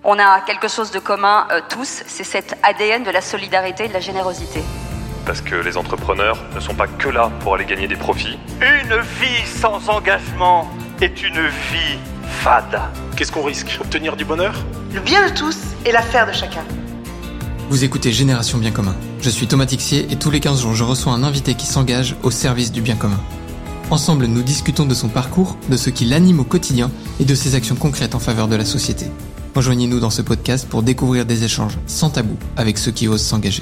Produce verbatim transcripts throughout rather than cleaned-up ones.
On a quelque chose de commun euh, tous, c'est cet A D N de la solidarité et de la générosité. Parce que les entrepreneurs ne sont pas que là pour aller gagner des profits. Une vie sans engagement est une vie fade. Qu'est-ce qu'on risque ? Obtenir du bonheur ? Le bien de tous est l'affaire de chacun. Vous écoutez Génération Bien Commun. Je suis Thomas Tixier et tous les quinze jours, je reçois un invité qui s'engage au service du bien commun. Ensemble, nous discutons de son parcours, de ce qui l'anime au quotidien et de ses actions concrètes en faveur de la société. Rejoignez-nous dans ce podcast pour découvrir des échanges sans tabou avec ceux qui osent s'engager.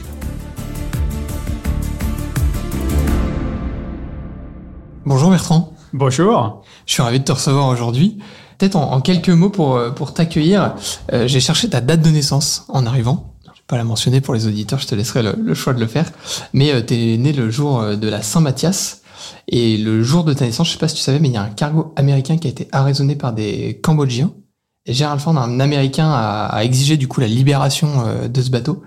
Bonjour Bertrand. Bonjour. Je suis ravi de te recevoir aujourd'hui. Peut-être en, en quelques mots pour, pour t'accueillir, euh, j'ai cherché ta date de naissance en arrivant. Je ne vais pas la mentionner pour les auditeurs, je te laisserai le, le choix de le faire. Mais euh, tu es né le jour de la Saint-Mathias. Et le jour de ta naissance, je ne sais pas si tu savais, mais il y a un cargo américain qui a été arraisonné par des Cambodgiens. Et Gerald Ford, un Américain, a, a exigé du coup la libération euh, de ce bateau.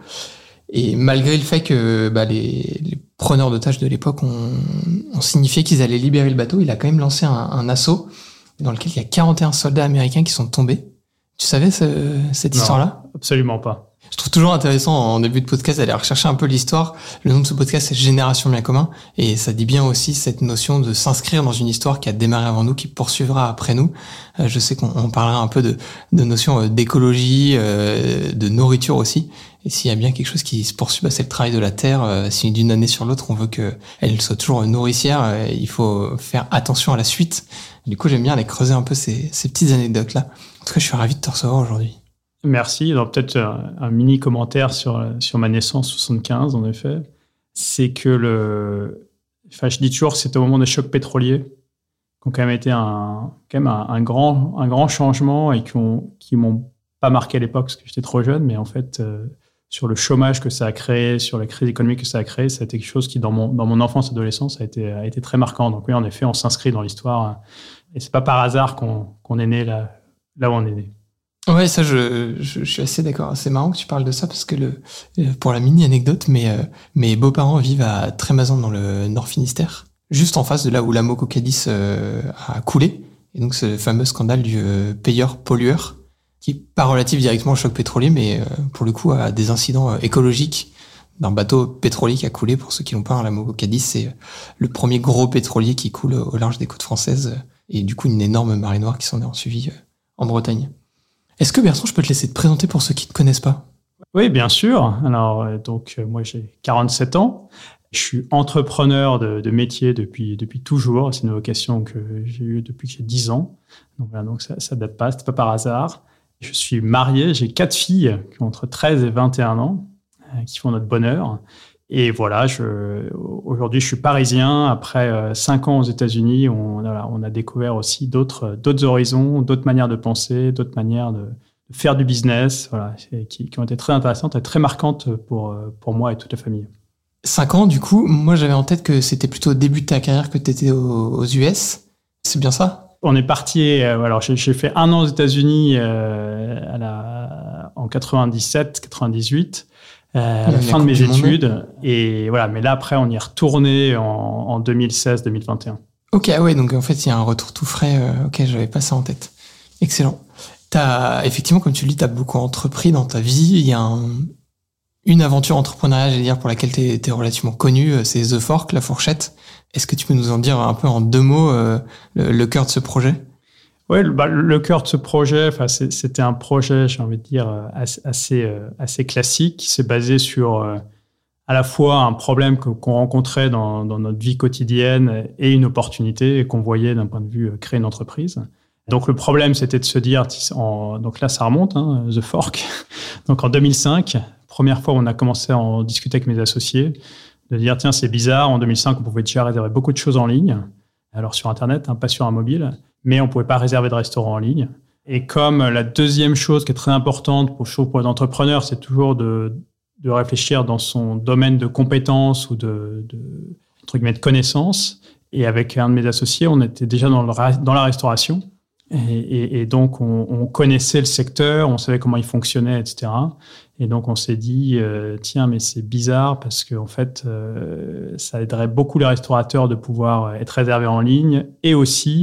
Et malgré le fait que bah, les, les preneurs d'otages de l'époque ont, ont signifié qu'ils allaient libérer le bateau, il a quand même lancé un, un assaut dans lequel il y a quarante et un soldats américains qui sont tombés. Tu savais ce, cette non, histoire-là ? Absolument pas. Je trouve toujours intéressant en début de podcast d'aller rechercher un peu l'histoire. Le nom de ce podcast, c'est Génération Bien Commun. Et ça dit bien aussi cette notion de s'inscrire dans une histoire qui a démarré avant nous, qui poursuivra après nous. Euh, je sais qu'on on parlera un peu de, de notions d'écologie, euh, de nourriture aussi. Et s'il y a bien quelque chose qui se poursuit, bah, c'est le travail de la terre. Euh, si d'une année sur l'autre, on veut qu'elle soit toujours nourricière, euh, il faut faire attention à la suite. Du coup, j'aime bien aller creuser un peu ces, ces petites anecdotes-là. En tout cas, je suis ravi de te recevoir aujourd'hui. Merci. Alors, peut-être un, un mini commentaire sur, sur ma naissance soixante-quinze, en effet. C'est que le... Enfin, je dis toujours que c'était au moment des chocs pétroliers qui ont quand même été un, quand même un, un, grand, un grand changement et qui ont, qui m'ont pas marqué à l'époque parce que j'étais trop jeune, mais en fait, euh, sur le chômage que ça a créé, sur la crise économique que ça a créé, ça a été quelque chose qui, dans mon, dans mon enfance et adolescence, a été, a été très marquant. Donc oui, en effet, on s'inscrit dans l'histoire et c'est pas par hasard qu'on, qu'on est né là, là où on est né. Ouais, ça, je, je, je suis assez d'accord. C'est marrant que tu parles de ça parce que le, pour la mini anecdote, mes, euh, mes beaux-parents vivent à Trémazan dans le Nord Finistère, juste en face de là où l'Amoco Cadiz euh, a coulé. Et donc, c'est le fameux scandale du euh, payeur-pollueur qui n'est pas relatif directement au choc pétrolier, mais euh, pour le coup, à des incidents euh, écologiques d'un bateau pétrolier qui a coulé. Pour ceux qui l'ont pas, l'Amoco Cadiz, c'est le premier gros pétrolier qui coule au large des côtes françaises. Et du coup, une énorme marée noire qui s'en est ensuivie euh, en Bretagne. Est-ce que Bertrand, je peux te laisser te présenter pour ceux qui ne te connaissent pas ? Oui, bien sûr. Alors, euh, donc, euh, moi, j'ai quarante-sept ans. Je suis entrepreneur de, de métier depuis, depuis toujours. C'est une vocation que j'ai eue depuis que j'ai dix ans. Donc, voilà, donc ça ne date pas, ce n'est pas par hasard. Je suis marié, j'ai quatre filles qui ont entre treize et vingt et un ans, euh, qui font notre bonheur. Et voilà, je, aujourd'hui, je suis parisien. Après euh, cinq ans aux États-Unis, on, voilà, on a découvert aussi d'autres, d'autres horizons, d'autres manières de penser, d'autres manières de, de faire du business, voilà, qui, qui ont été très intéressantes et très marquantes pour, pour moi et toute la famille. Cinq ans, du coup, moi j'avais en tête que c'était plutôt au début de ta carrière que tu étais aux, aux U S. C'est bien ça ? On est parti, euh, alors j'ai, j'ai fait un an aux États-Unis euh, à la, en quatre-vingt-dix-sept quatre-vingt-dix-huit. Euh, à la fin de mes études. Et voilà, mais là, après, on y est retourné en, en deux mille seize deux mille vingt et un. Ok, ah ouais, donc en fait, il y a un retour tout frais. Euh, ok, j'avais pas ça en tête. Excellent. T'as, effectivement, comme tu le dis, t'as beaucoup entrepris dans ta vie. Il y a un, une aventure entrepreneuriale, j'allais dire, pour laquelle t'es, t'es relativement connu, c'est The Fork, la fourchette. Est-ce que tu peux nous en dire un peu en deux mots euh, le, le cœur de ce projet ? Oui, le, bah, le cœur de ce projet, enfin, c'est, c'était un projet, j'ai envie de dire, assez, assez, assez classique, qui s'est basé sur euh, à la fois un problème que, qu'on rencontrait dans, dans notre vie quotidienne et une opportunité qu'on voyait d'un point de vue euh, créer une entreprise. Donc, le problème, c'était de se dire, en, donc là, ça remonte, hein, The Fork. Donc, en deux mille cinq, première fois où on a commencé à en discuter avec mes associés, de dire, tiens, c'est bizarre, en deux mille cinq, on pouvait déjà réserver beaucoup de choses en ligne, alors sur Internet, hein, pas sur un mobile, mais on ne pouvait pas réserver de restaurant en ligne. Et comme la deuxième chose qui est très importante pour, pour les entrepreneurs, c'est toujours de, de réfléchir dans son domaine de compétences ou de, de, entre guillemets, de connaissances. Et avec un de mes associés, on était déjà dans, le, dans la restauration. Et, et, et donc, on, on connaissait le secteur, on savait comment il fonctionnait, et cetera. Et donc, on s'est dit, euh, tiens, mais c'est bizarre parce qu'en fait, euh, ça aiderait beaucoup les restaurateurs de pouvoir être réservés en ligne et aussi...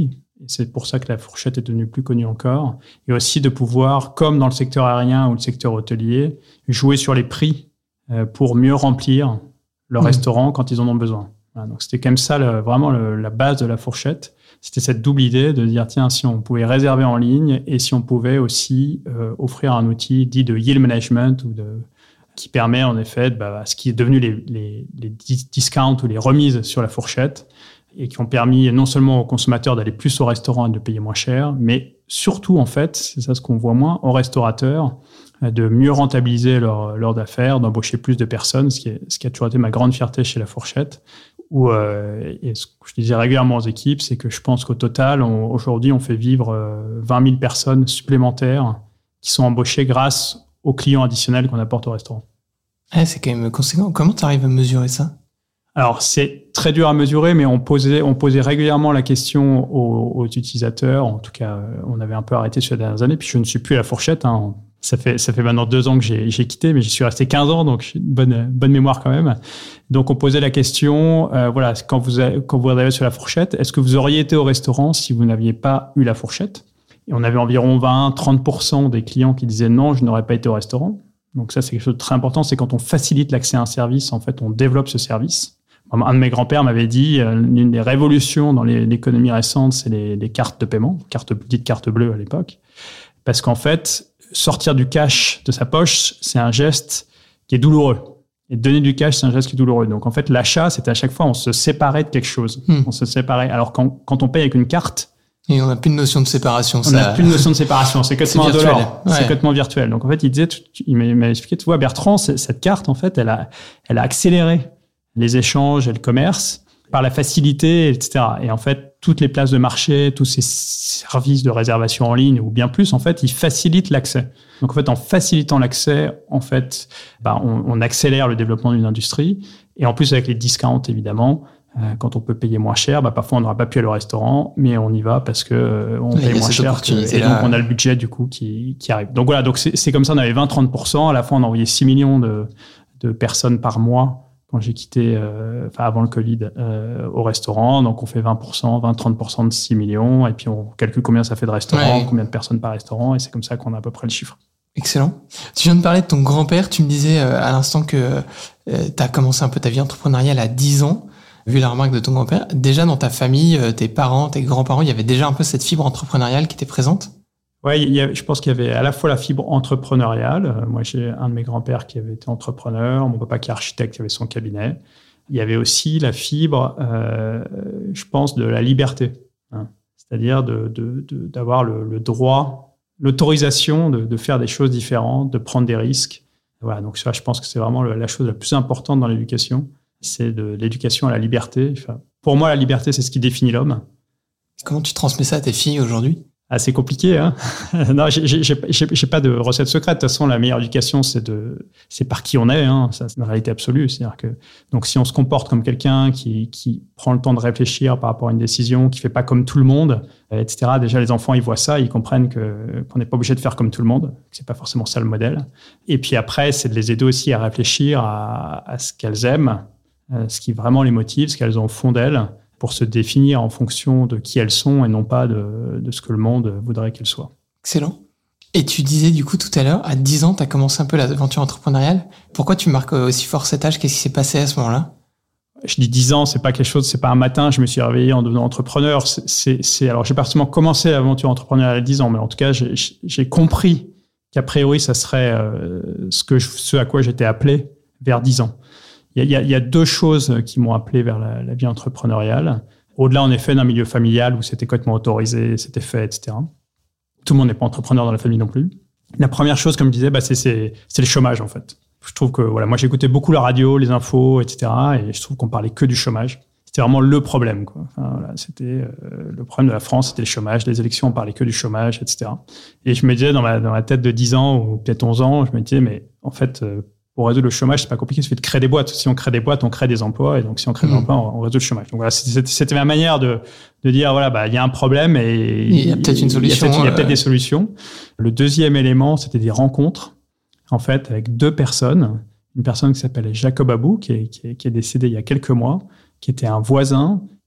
Et c'est pour ça que la fourchette est devenue plus connue encore. Et aussi de pouvoir, comme dans le secteur aérien ou le secteur hôtelier, jouer sur les prix euh, pour mieux remplir leur mmh. restaurant quand ils en ont besoin. Voilà, donc c'était comme ça le, vraiment le, la base de la fourchette. C'était cette double idée de dire, tiens, si on pouvait réserver en ligne et si on pouvait aussi euh, offrir un outil dit de yield management ou de, qui permet en effet bah, ce qui est devenu les, les, les discounts ou les remises sur la fourchette et qui ont permis non seulement aux consommateurs d'aller plus au restaurant et de payer moins cher, mais surtout, en fait, c'est ça ce qu'on voit moins, aux restaurateurs de mieux rentabiliser leur, leur d'affaires, d'embaucher plus de personnes, ce qui, est, ce qui a toujours été ma grande fierté chez La Fourchette. Où, euh, et ce que je disais régulièrement aux équipes, c'est que je pense qu'au total, on, aujourd'hui, on fait vivre euh, vingt mille personnes supplémentaires qui sont embauchées grâce aux clients additionnels qu'on apporte au restaurant. Ouais, c'est quand même conséquent. Comment tu arrives à mesurer ça ? Alors, c'est très dur à mesurer, mais on posait, on posait régulièrement la question aux, aux utilisateurs. En tout cas, on avait un peu arrêté sur les dernières années. Puis je ne suis plus à La Fourchette. Hein. Ça fait, ça fait maintenant deux ans que j'ai, j'ai quitté, mais j'y suis resté quinze ans, donc j'ai une bonne, bonne mémoire quand même. Donc, on posait la question, euh, voilà, quand vous, avez, quand vous arrivez sur La Fourchette, est-ce que vous auriez été au restaurant si vous n'aviez pas eu La Fourchette ? Et on avait environ vingt à trente pour cent des clients qui disaient non, je n'aurais pas été au restaurant. Donc ça, c'est quelque chose de très important. C'est quand on facilite l'accès à un service, en fait, on développe ce service. Un de mes grands-pères m'avait dit, euh, l'une des révolutions dans les, l'économie récente, c'est les, les cartes de paiement, cartes, dites cartes bleues à l'époque. Parce qu'en fait, sortir du cash de sa poche, c'est un geste qui est douloureux. Et donner du cash, c'est un geste qui est douloureux. Donc en fait, l'achat, c'était à chaque fois, on se séparait de quelque chose. Hmm. On se séparait. Alors quand, quand on paye avec une carte, et on n'a plus de notion de séparation. On n'a plus de notion de séparation. C'est complètement indolore. Ouais. C'est complètement virtuel. Donc, en fait, il disait, il m'a expliqué, tu vois, Bertrand, cette carte, en fait, elle a, elle a accéléré les échanges et le commerce par la facilité, et cetera. Et en fait, toutes les places de marché, tous ces services de réservation en ligne ou bien plus, en fait, ils facilitent l'accès. Donc, en fait, en facilitant l'accès, en fait, bah, on, on accélère le développement d'une industrie. Et en plus, avec les discounts, évidemment, Euh, quand on peut payer moins cher, bah parfois on n'aura pas pu aller au restaurant, mais on y va parce que euh, on paye moins cher que, et donc on a le budget du coup qui, qui arrive. Donc voilà, donc c'est, c'est comme ça, on avait vingt à trente pour cent. À la fin, on envoyait six millions de, de personnes par mois quand j'ai quitté, euh, enfin avant le Covid, euh, au restaurant. Donc on fait vingt pour cent, vingt à trente pour cent de six millions, et puis on calcule combien ça fait de restaurants, ouais. combien de personnes par restaurant, et c'est comme ça qu'on a à peu près le chiffre. Excellent. Tu viens de parler de ton grand-père, tu me disais euh, à l'instant que euh, tu as commencé un peu ta vie entrepreneuriale à dix ans. Vu la remarque de ton grand-père, déjà dans ta famille, tes parents, tes grands-parents, il y avait déjà un peu cette fibre entrepreneuriale qui était présente ? Oui, je pense qu'il y avait à la fois la fibre entrepreneuriale. Moi, j'ai un de mes grands-pères qui avait été entrepreneur, mon papa qui est architecte, qui avait son cabinet. Il y avait aussi la fibre, euh, je pense, de la liberté, hein. C'est-à-dire de, de, de, d'avoir le, le droit, l'autorisation de, de faire des choses différentes, de prendre des risques. Voilà, donc ça, je pense que c'est vraiment la chose la plus importante dans l'éducation. C'est de l'éducation à la liberté. Enfin, pour moi, la liberté, c'est ce qui définit l'homme. Comment tu transmets ça à tes filles aujourd'hui ? Ah, c'est compliqué, hein. Non, j'ai, j'ai, j'ai, j'ai pas de recette secrète. De toute façon, la meilleure éducation, c'est de, c'est par qui on est, hein. Ça, c'est une réalité absolue. C'est-à-dire que, donc, si on se comporte comme quelqu'un qui, qui prend le temps de réfléchir par rapport à une décision, qui fait pas comme tout le monde, et cetera. Déjà, les enfants, ils voient ça, ils comprennent que, qu'on n'est pas obligé de faire comme tout le monde, que c'est pas forcément ça le modèle. Et puis après, c'est de les aider aussi à réfléchir à, à ce qu'elles aiment, ce qui vraiment les motive, ce qu'elles ont au fond d'elles, pour se définir en fonction de qui elles sont et non pas de, de ce que le monde voudrait qu'elles soient. Excellent. Et tu disais du coup tout à l'heure, à dix ans, tu as commencé un peu l'aventure entrepreneuriale. Pourquoi tu marques aussi fort cet âge ? Qu'est-ce qui s'est passé à ce moment-là ? Je dis dix ans, c'est pas quelque chose, c'est pas un matin, je me suis réveillé en devenant entrepreneur. C'est, c'est, c'est alors j'ai pas forcément commencé l'aventure entrepreneuriale à dix ans, mais en tout cas, j'ai, j'ai compris qu'a priori, ça serait euh, ce, que je, ce à quoi j'étais appelé vers dix ans. Il y a, il y a deux choses qui m'ont appelé vers la, la vie entrepreneuriale. Au-delà, en effet, d'un milieu familial où c'était complètement autorisé, c'était fait, et cetera. Tout le monde n'est pas entrepreneur dans la famille non plus. La première chose, comme je disais, bah, c'est, c'est, c'est le chômage, en fait. Je trouve que, voilà, moi, j'écoutais beaucoup la radio, les infos, et cetera. Et je trouve qu'on parlait que du chômage. C'était vraiment le problème, quoi. Enfin, voilà, c'était euh, le problème de la France, c'était le chômage. Les élections, on parlait que du chômage, et cetera. Et je me disais, dans ma, dans ma tête de dix ans ou peut-être onze ans, je me disais, mais en fait, euh, pour résoudre le chômage, c'est pas compliqué, il suffit de créer des boîtes. Si on crée des boîtes, on crée des emplois. Et donc, si on crée mmh. des emplois, on, on résout le chômage. Donc voilà, c'était, c'était ma manière de, de dire, voilà, bah, il y a un problème et il y a peut-être une solution. Il y a peut-être, il y a peut-être des solutions. Le deuxième élément, c'était des rencontres, en fait, avec deux personnes. Une personne qui s'appelle Jacob Abou, qui est, qui est, qui est décédé il y a quelques mois, qui était un voisin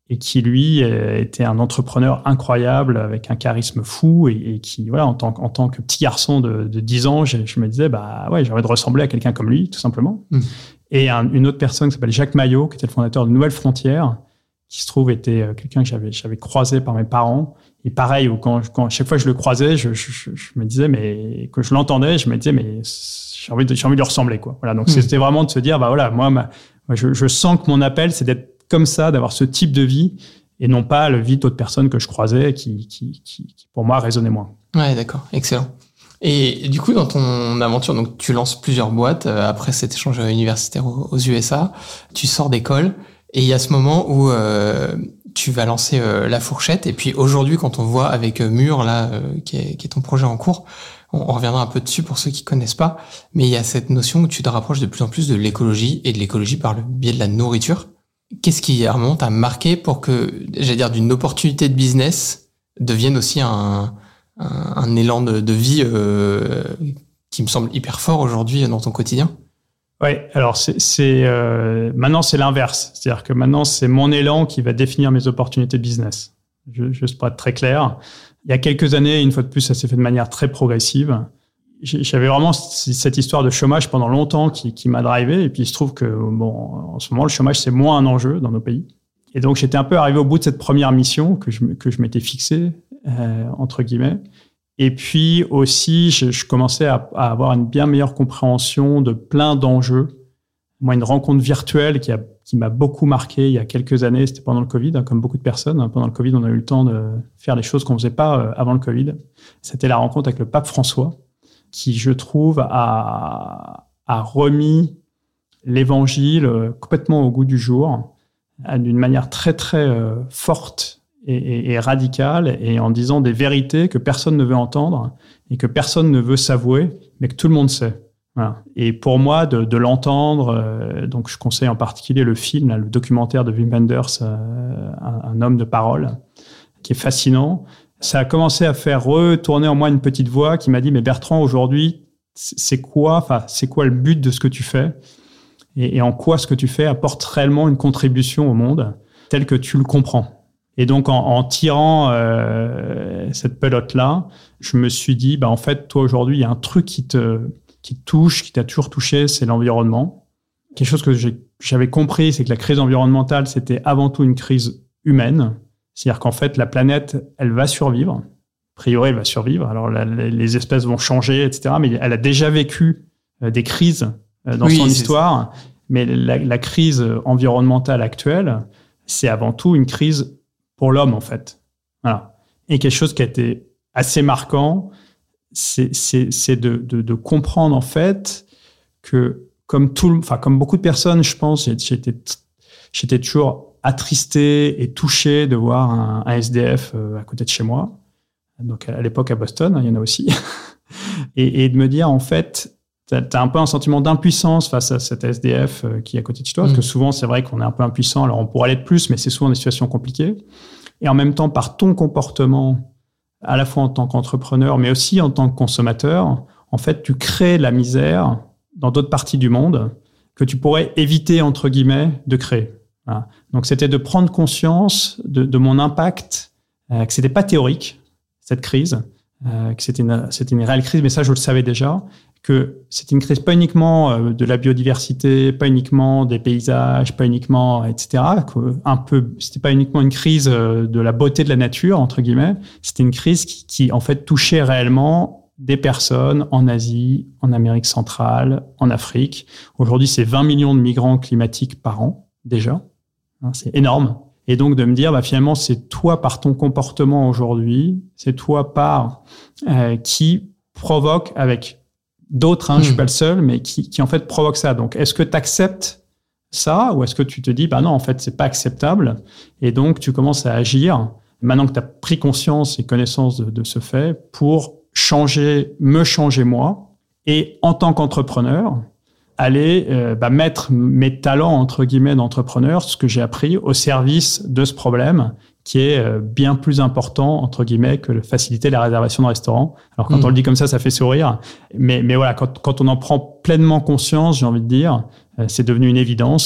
et qui, lui, était un entrepreneur incroyable avec un charisme fou et, et qui, voilà, en tant, en tant que petit garçon de, de dix ans, je, je me disais, bah ouais, j'ai envie de ressembler à quelqu'un comme lui, tout simplement. Mmh. Et un, une autre personne qui s'appelle Jacques Maillot, qui était le fondateur de Nouvelles Frontières, qui se trouve était quelqu'un que j'avais, j'avais croisé par mes parents. Et pareil, quand, quand chaque fois que je le croisais, je, je, je, je me disais, mais que je l'entendais, je me disais, mais j'ai envie de, j'ai envie de lui ressembler, quoi. Voilà. Donc, mmh. c'était vraiment de se dire, bah voilà, moi, ma, je, je sens que mon appel, c'est d'être comme ça, d'avoir ce type de vie et non pas la vie d'autres personnes que je croisais qui, qui, qui, qui pour moi, résonnaient moins. Ouais, d'accord. Excellent. Et, et du coup, dans ton aventure, donc, tu lances plusieurs boîtes euh, après cet échange universitaire aux, aux U S A, tu sors d'école et il y a ce moment où euh, tu vas lancer euh, La Fourchette. Et puis aujourd'hui, quand on voit avec euh, Mûr, là, euh, qui, est, qui est ton projet en cours, on, on reviendra un peu dessus pour ceux qui connaissent pas, mais il y a cette notion où tu te rapproches de plus en plus de l'écologie et de l'écologie par le biais de la nourriture. Qu'est-ce qui, à un moment, t'a marqué pour que, j'allais dire, d'une opportunité de business devienne aussi un, un, un élan de, de vie euh, qui me semble hyper fort aujourd'hui dans ton quotidien? Oui, alors c'est, c'est euh, maintenant c'est l'inverse, c'est-à-dire que maintenant c'est mon élan qui va définir mes opportunités de business. Je, juste pour être très clair, il y a quelques années, une fois de plus, ça s'est fait de manière très progressive. J'avais vraiment cette histoire de chômage pendant longtemps qui, qui m'a drivé, et puis il se trouve que bon, en ce moment le chômage c'est moins un enjeu dans nos pays. Et donc j'étais un peu arrivé au bout de cette première mission que je que je m'étais fixée euh, entre guillemets. Et puis aussi, je, je commençais à, à avoir une bien meilleure compréhension de plein d'enjeux. Moi, une rencontre virtuelle qui, a, qui m'a beaucoup marqué il y a quelques années, c'était pendant le Covid, hein, comme beaucoup de personnes. Hein. Pendant le Covid, on a eu le temps de faire des choses qu'on ne faisait pas euh, avant le Covid. C'était la rencontre avec le pape François, qui, je trouve, a, a remis l'évangile complètement au goût du jour, d'une manière très, très euh, forte Et, et, et radical, et en disant des vérités que personne ne veut entendre et que personne ne veut s'avouer, mais que tout le monde sait. Voilà. Et pour moi, de, de l'entendre, euh, donc je conseille en particulier le film, là, le documentaire de Wim Wenders, euh, un, un homme de parole, qui est fascinant. Ça a commencé à faire retourner en moi une petite voix qui m'a dit, mais Bertrand, aujourd'hui, c'est quoi, enfin, c'est quoi le but de ce que tu fais, et, et en quoi ce que tu fais apporte réellement une contribution au monde tel que tu le comprends. Et donc, en, en tirant euh, cette pelote-là, je me suis dit, bah, en fait, toi, aujourd'hui, il y a un truc qui te, qui te touche, qui t'a toujours touché, c'est l'environnement. Quelque chose que j'ai, j'avais compris, c'est que la crise environnementale, c'était avant tout une crise humaine. C'est-à-dire qu'en fait, la planète, elle va survivre. A priori, elle va survivre. Alors, la, les espèces vont changer, et cetera. Mais elle a déjà vécu euh, des crises euh, dans oui, son histoire. Ça. Mais la, la crise environnementale actuelle, c'est avant tout une crise pour l'homme, en fait. Voilà. Et quelque chose qui a été assez marquant, c'est, c'est, c'est de, de, de comprendre, en fait, que comme, tout, enfin, comme beaucoup de personnes, je pense, j'étais, j'étais toujours attristé et touché de voir un, un S D F à côté de chez moi. Donc, à l'époque, à Boston, il y en a aussi. et, et de me dire, en fait, t'as, t'as un peu un sentiment d'impuissance face à cet S D F qui est à côté de chez toi, mmh. parce que souvent, c'est vrai qu'on est un peu impuissant, alors on pourrait l'être plus, mais c'est souvent des situations compliquées. Et en même temps, par ton comportement, à la fois en tant qu'entrepreneur, mais aussi en tant que consommateur, en fait, tu crées la misère dans d'autres parties du monde que tu pourrais éviter, entre guillemets, de créer. Voilà. Donc, c'était de prendre conscience de, de mon impact, euh, que c'était pas théorique, cette crise, euh, que c'était une, c'était une réelle crise, mais ça, je le savais déjà, que c'était une crise pas uniquement de la biodiversité, pas uniquement des paysages, pas uniquement, et cetera. Que un peu, c'était pas uniquement une crise de la beauté de la nature, entre guillemets. C'était une crise qui, qui, en fait, touchait réellement des personnes en Asie, en Amérique centrale, en Afrique. Aujourd'hui, c'est vingt millions de migrants climatiques par an, déjà. C'est énorme. Et donc, de me dire, bah, finalement, c'est toi, par ton comportement aujourd'hui, c'est toi, par, euh, qui provoque avec d'autres, hein, mmh. je suis pas le seul, mais qui, qui en fait provoque ça. Donc, est-ce que tu acceptes ça ou est-ce que tu te dis, bah non, en fait, c'est pas acceptable et donc tu commences à agir maintenant que tu as pris conscience et connaissance de, de ce fait pour changer, me changer moi et en tant qu'entrepreneur, aller euh, bah, mettre mes talents, entre guillemets, d'entrepreneur, ce que j'ai appris au service de ce problème qui est euh, bien plus important, entre guillemets, que de faciliter la réservation de restaurants. Alors, quand mmh. on le dit comme ça, ça fait sourire. Mais, mais voilà, quand, quand on en prend pleinement conscience, j'ai envie de dire, euh, c'est devenu une évidence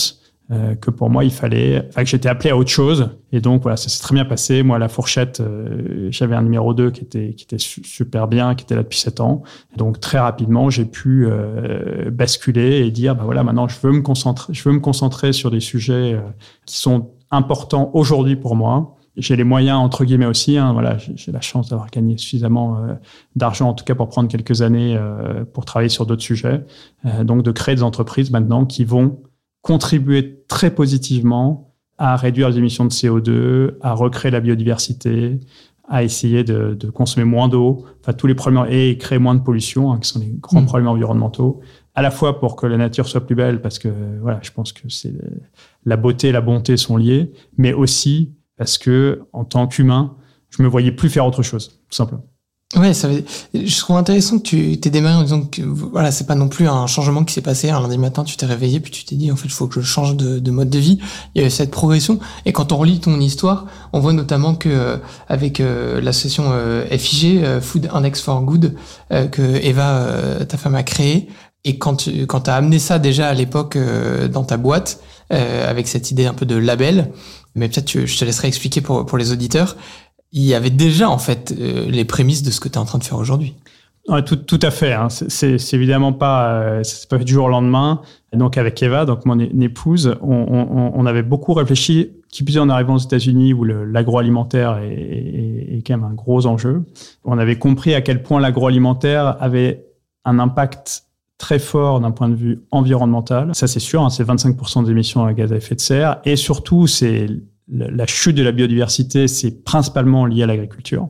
euh, que pour moi, il fallait, enfin, que j'étais appelé à autre chose. Et donc, voilà, ça s'est très bien passé. Moi, à la fourchette, euh, j'avais un numéro deux qui était, qui était su- super bien, qui était là depuis sept ans. Et donc, très rapidement, j'ai pu euh, basculer et dire, bah voilà, maintenant, je veux me concentrer, je veux me concentrer sur des sujets euh, qui sont importants aujourd'hui pour moi. J'ai les moyens, entre guillemets aussi. Hein, voilà, j'ai, j'ai la chance d'avoir gagné suffisamment euh, d'argent, en tout cas pour prendre quelques années euh, pour travailler sur d'autres sujets. Euh, donc, de créer des entreprises maintenant qui vont contribuer très positivement à réduire les émissions de C O deux, à recréer la biodiversité, à essayer de, de consommer moins d'eau, enfin tous les problèmes, et créer moins de pollution, hein, qui sont les grands mmh. problèmes environnementaux, à la fois pour que la nature soit plus belle, parce que voilà, je pense que c'est la beauté et la bonté sont liées, mais aussi parce que en tant qu'humain, je me voyais plus faire autre chose, tout simplement. Ouais, ça veut... je trouve intéressant que tu t'aies démarré en disant que voilà, c'est pas non plus un changement qui s'est passé un lundi matin, tu t'es réveillé puis tu t'es dit en fait il faut que je change de, de mode de vie. Il y a eu cette progression et quand on relit ton histoire, on voit notamment que euh, avec euh, l'association euh, F I G, euh, Food Index for Good, euh, que Eva, euh, ta femme, a créé, et quand tu quand t'as amené ça déjà à l'époque euh, dans ta boîte euh, avec cette idée un peu de label, mais peut-être tu, je te laisserai expliquer pour pour les auditeurs. Il y avait déjà, en fait, euh, les prémices de ce que tu es en train de faire aujourd'hui. Ouais, tout, tout à fait. Hein. C'est, c'est, c'est évidemment pas, euh, c'est pas fait du jour au lendemain. Et donc, avec Eva, donc mon épouse, on, on, on avait beaucoup réfléchi, qui plus est en arrivant aux États-Unis, où le, l'agroalimentaire est, est, est quand même un gros enjeu. On avait compris à quel point l'agroalimentaire avait un impact très fort d'un point de vue environnemental. Ça, c'est sûr, hein, c'est vingt-cinq pour cent des émissions à gaz à effet de serre. Et surtout, c'est la chute de la biodiversité, c'est principalement lié à l'agriculture.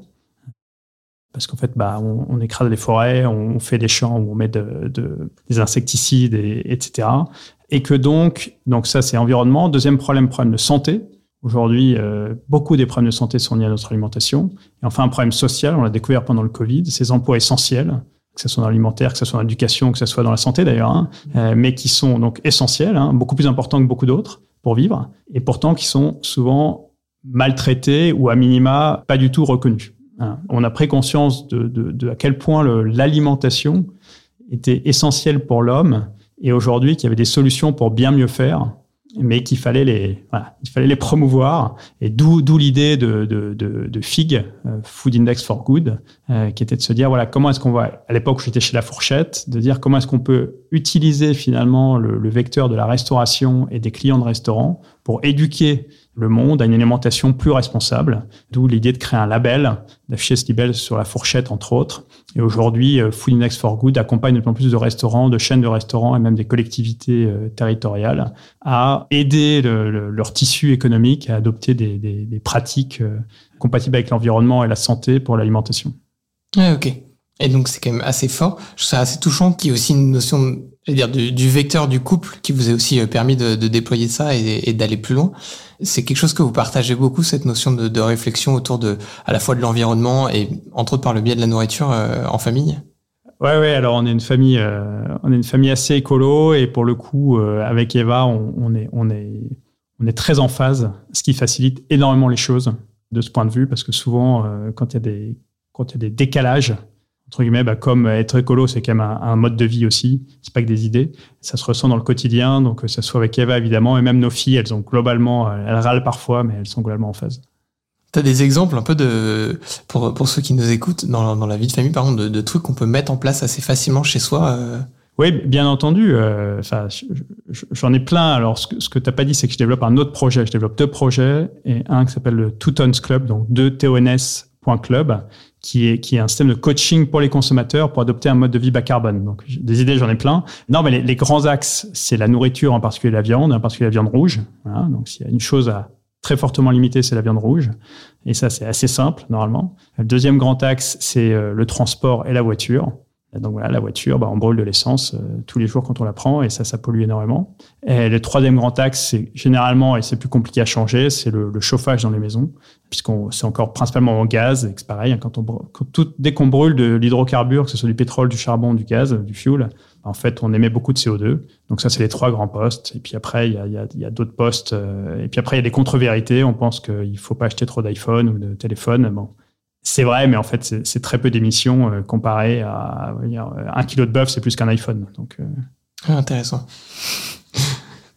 Parce qu'en fait, bah, on, on écrase les forêts, on fait des champs où on met de, de, des insecticides, et, etc. Et que donc, donc ça, c'est environnement. Deuxième problème, problème de santé. Aujourd'hui, euh, beaucoup des problèmes de santé sont liés à notre alimentation. Et enfin, un problème social, on l'a découvert pendant le Covid, ces emplois essentiels, que ce soit dans l'alimentaire, que ce soit dans l'éducation, que ce soit dans la santé d'ailleurs, hein, euh, mais qui sont donc essentiels, hein, beaucoup plus importants que beaucoup d'autres pour vivre, et pourtant qui sont souvent maltraités ou à minima pas du tout reconnus. On a pris conscience de, de, de à quel point le, l'alimentation était essentielle pour l'homme, et aujourd'hui qu'il y avait des solutions pour bien mieux faire, mais qu'il fallait les, voilà, il fallait les promouvoir, et d'où, d'où l'idée de, de, de, de F I G, euh, Food Index for Good, euh, qui était de se dire, voilà, comment est-ce qu'on va, à l'époque où j'étais chez La Fourchette, de dire comment est-ce qu'on peut utiliser finalement le, le vecteur de la restauration et des clients de restaurants pour éduquer le monde à une alimentation plus responsable, d'où l'idée de créer un label, d'afficher ce label sur La Fourchette, entre autres. Et aujourd'hui, Food Index for Good accompagne de plus en plus de restaurants, de chaînes de restaurants et même des collectivités euh, territoriales à aider le, le, leur tissu économique à adopter des, des, des pratiques euh, compatibles avec l'environnement et la santé pour l'alimentation. Ouais, ok. Et donc, c'est quand même assez fort. Je trouve ça assez touchant qu'il y ait aussi une notion, je veux dire, du, du vecteur du couple qui vous a aussi permis de, de déployer ça et, et d'aller plus loin. C'est quelque chose que vous partagez beaucoup, cette notion de, de réflexion autour de, à la fois de l'environnement et, entre autres, par le biais de la nourriture euh, en famille. Ouais, ouais. Alors, on est une famille, euh, on est une famille assez écolo, et pour le coup, euh, avec Eva, on, on est, on est, on est très en phase, ce qui facilite énormément les choses de ce point de vue, parce que souvent, euh, quand il y a des, quand il y a des décalages, entre guillemets, bah, comme être écolo, c'est quand même un, un mode de vie aussi. C'est pas que des idées. Ça se ressent dans le quotidien. Donc, que ça soit avec Eva, évidemment, et même nos filles, elles ont globalement, elles râlent parfois, mais elles sont globalement en phase. T'as des exemples un peu de, pour, pour ceux qui nous écoutent, dans, dans la vie de famille, par exemple, de, de trucs qu'on peut mettre en place assez facilement chez soi? euh... Oui, bien entendu. Enfin, euh, j'en ai plein. Alors, ce que, ce que t'as pas dit, c'est que je développe un autre projet. Je développe deux projets, et un qui s'appelle le Two Tons Club, donc deux T O N S point club, qui est, qui est un système de coaching pour les consommateurs pour adopter un mode de vie bas carbone. Donc, des idées, j'en ai plein. Non, mais les, les grands axes, c'est la nourriture, en particulier la viande, en particulier la viande rouge. Voilà. Donc, s'il y a une chose à très fortement limiter, c'est la viande rouge. Et ça, c'est assez simple, normalement. Le deuxième grand axe, c'est le transport et la voiture. Donc voilà, la voiture, bah, on brûle de l'essence euh, tous les jours quand on la prend, et ça, ça pollue énormément. Et le troisième grand axe, c'est généralement, et c'est plus compliqué à changer, c'est le, le chauffage dans les maisons, puisqu'on c'est encore principalement en gaz, et c'est pareil, hein, quand on, quand tout, dès qu'on brûle de l'hydrocarbure, que ce soit du pétrole, du charbon, du gaz, du fuel, en fait, on émet beaucoup de C O deux. Donc ça, c'est les trois grands postes. Et puis après, il y a, il y a, il y a d'autres postes. Euh, et puis après, il y a des contre-vérités. On pense qu'il faut pas acheter trop d'iPhone ou de téléphone. Bon. C'est vrai, mais en fait, c'est, c'est très peu d'émissions euh, comparé à, à dire, un kilo de bœuf, c'est plus qu'un iPhone. Donc, euh... ah, intéressant.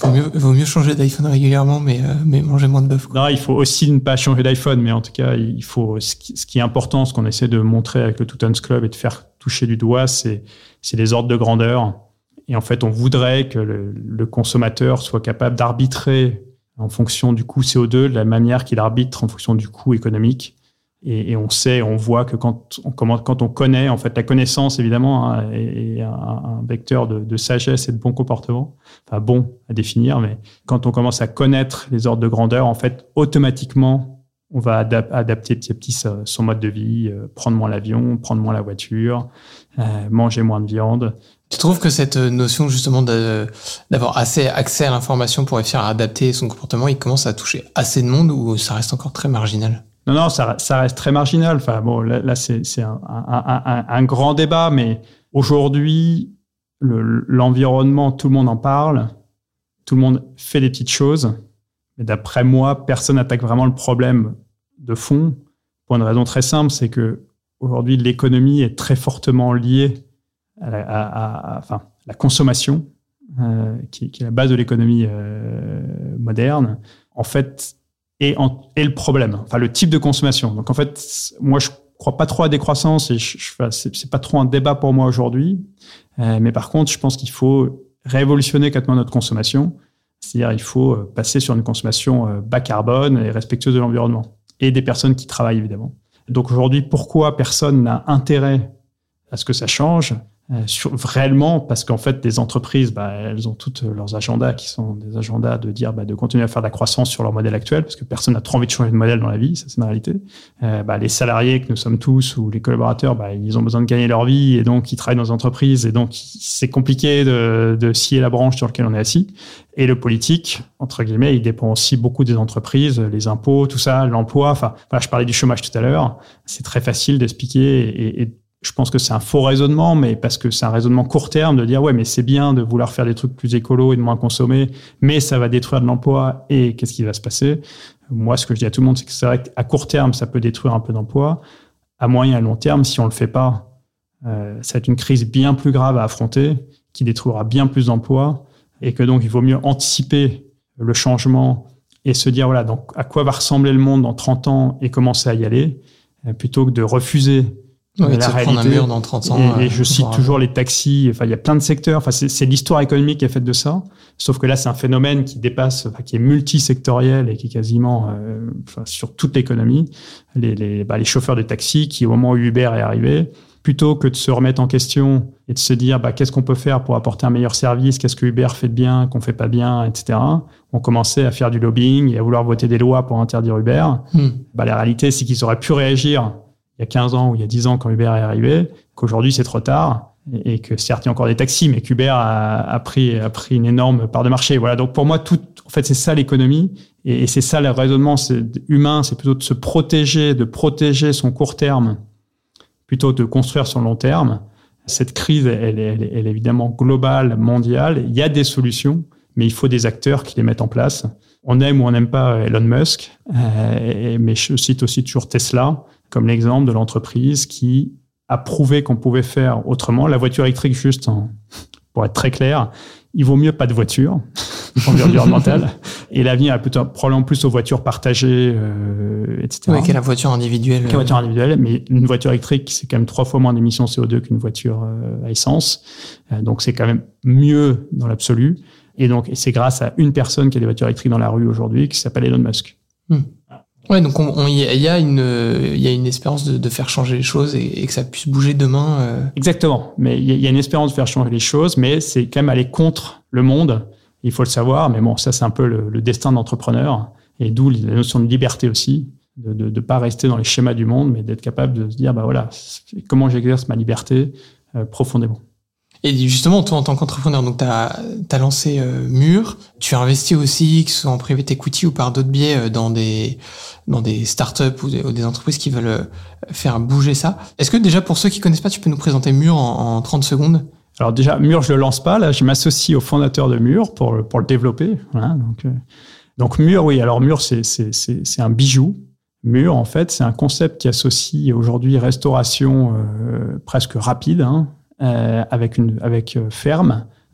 vaut mieux, vaut mieux changer d'iPhone régulièrement, mais, euh, mais manger moins de bœuf, quoi. Non, il faut aussi ne pas changer d'iPhone, mais en tout cas, il faut, ce qui, ce qui est important, ce qu'on essaie de montrer avec le Two Tons Club et de faire toucher du doigt, c'est, c'est les ordres de grandeur. Et en fait, on voudrait que le, le consommateur soit capable d'arbitrer en fonction du coût C O deux de la manière qu'il arbitre en fonction du coût économique. Et, et on sait, on voit que quand on, quand on connaît, en fait, la connaissance, évidemment, hein, est, est un, un vecteur de, de sagesse et de bon comportement. Enfin, bon à définir, mais quand on commence à connaître les ordres de grandeur, en fait, automatiquement, on va adap- adapter petit à petit son mode de vie, euh, prendre moins l'avion, prendre moins la voiture, euh, manger moins de viande. Tu trouves que cette notion, justement, de, d'avoir assez accès à l'information pour réussir à adapter son comportement, il commence à toucher assez de monde ou ça reste encore très marginal? Non, non, ça, ça reste très marginal. Enfin, bon, là, là c'est, c'est un, un, un, un grand débat, mais aujourd'hui, le, l'environnement, tout le monde en parle, tout le monde fait des petites choses, mais d'après moi, personne n'attaque vraiment le problème de fond, pour une raison très simple, c'est que aujourd'hui, l'économie est très fortement liée à la, à, à, à, enfin, la consommation, euh, qui, qui est la base de l'économie euh, moderne. En fait, Et, en, et le problème, enfin le type de consommation. Donc en fait, moi je crois pas trop à la décroissance et je, je, c'est, c'est pas trop un débat pour moi aujourd'hui. Euh, mais par contre, je pense qu'il faut révolutionner complètement notre consommation. C'est-à-dire il faut passer sur une consommation bas carbone et respectueuse de l'environnement et des personnes qui travaillent évidemment. Donc aujourd'hui, pourquoi personne n'a intérêt à ce que ça change ? Euh, sur, réellement, parce qu'en fait, des entreprises, bah, elles ont toutes leurs agendas qui sont des agendas de dire, bah, de continuer à faire de la croissance sur leur modèle actuel, parce que personne n'a trop envie de changer de modèle dans la vie, ça c'est une réalité. Euh, bah, les salariés que nous sommes tous ou les collaborateurs, bah, ils ont besoin de gagner leur vie et donc ils travaillent dans des entreprises et donc c'est compliqué de, de scier la branche sur laquelle on est assis. Et le politique, entre guillemets, il dépend aussi beaucoup des entreprises, les impôts, tout ça, l'emploi. Enfin, voilà, je parlais du chômage tout à l'heure. C'est très facile d'expliquer et, et je pense que c'est un faux raisonnement, mais parce que c'est un raisonnement court terme de dire ouais, mais c'est bien de vouloir faire des trucs plus écolos et de moins consommer, mais ça va détruire de l'emploi et qu'est-ce qui va se passer ? Moi, ce que je dis à tout le monde, c'est que c'est vrai qu'à court terme, ça peut détruire un peu d'emploi. À moyen et long terme, si on le fait pas, euh, ça va être une crise bien plus grave à affronter, qui détruira bien plus d'emplois et que donc il vaut mieux anticiper le changement et se dire voilà, donc à quoi va ressembler le monde dans trente ans et commencer à y aller, euh, plutôt que de refuser. Oui, la réalité, prendre un mur dans trente ans. Et, et je cite toujours les taxis. Enfin, il y a plein de secteurs. Enfin, c'est, c'est l'histoire économique qui est faite de ça. Sauf que là, c'est un phénomène qui dépasse, enfin, qui est multisectoriel et qui est quasiment, euh, enfin, sur toute l'économie. Les, les, bah, les chauffeurs de taxi qui, au moment où Uber est arrivé, plutôt que de se remettre en question et de se dire, bah, qu'est-ce qu'on peut faire pour apporter un meilleur service, qu'est-ce que Uber fait de bien, qu'on fait pas bien, et cetera. On commençait à faire du lobbying et à vouloir voter des lois pour interdire Uber. Hmm. Bah, la réalité, c'est qu'ils auraient pu réagir il y a quinze ans ou il y a dix ans quand Uber est arrivé, qu'aujourd'hui c'est trop tard et que certes il y a encore des taxis, mais qu'Uber a, a, pris, a pris une énorme part de marché. Voilà, donc pour moi, tout, en fait, c'est ça l'économie et, et c'est ça le raisonnement c'est humain, c'est plutôt de se protéger, de protéger son court terme plutôt que de construire son long terme. Cette crise, elle, elle, elle, elle est évidemment globale, mondiale. Il y a des solutions, mais il faut des acteurs qui les mettent en place. On aime ou on n'aime pas Elon Musk, euh, mais je cite aussi toujours Tesla comme l'exemple de l'entreprise qui a prouvé qu'on pouvait faire autrement. La voiture électrique, juste en, pour être très clair, il vaut mieux pas de voiture, du point de vue environnemental. Et l'avenir est plutôt probablement plus aux voitures partagées, euh, et cetera. Oui, qu'à la voiture individuelle. Qu'à la voiture individuelle, mais une voiture électrique, c'est quand même trois fois moins d'émissions C O deux qu'une voiture euh, à essence. Euh, donc c'est quand même mieux dans l'absolu. Et donc et c'est grâce à une personne qui a des voitures électriques dans la rue aujourd'hui, qui s'appelle Elon Musk. Hmm. Ouais, donc on, on y, il y a une, il y a une espérance de, de faire changer les choses et, et que ça puisse bouger demain. Euh... Exactement. Mais il y, a, il y a une espérance de faire changer les choses, mais c'est quand même aller contre le monde. Il faut le savoir. Mais bon, ça c'est un peu le, le destin d'entrepreneur et d'où la notion de liberté aussi, de, de, de pas rester dans les schémas du monde, mais d'être capable de se dire, bah voilà, comment j'exerce ma liberté euh, profondément. Et justement, toi, en tant qu'entrepreneur, donc t'as as lancé euh, Mur, tu as investi aussi, que ce soit en private equity ou par d'autres biais, euh, dans des dans des startups ou des, ou des entreprises qui veulent euh, faire bouger ça. Est-ce que déjà, pour ceux qui connaissent pas, tu peux nous présenter Mur en, en trente secondes ? Alors déjà, Mur, je le lance pas. Là, je m'associe au fondateur de Mur pour pour le développer. Voilà, donc euh, donc Mur, oui. Alors Mur, c'est c'est c'est c'est un bijou. Mur, en fait, c'est un concept qui associe aujourd'hui restauration euh, presque rapide. Hein, Euh, avec une avec euh, ferme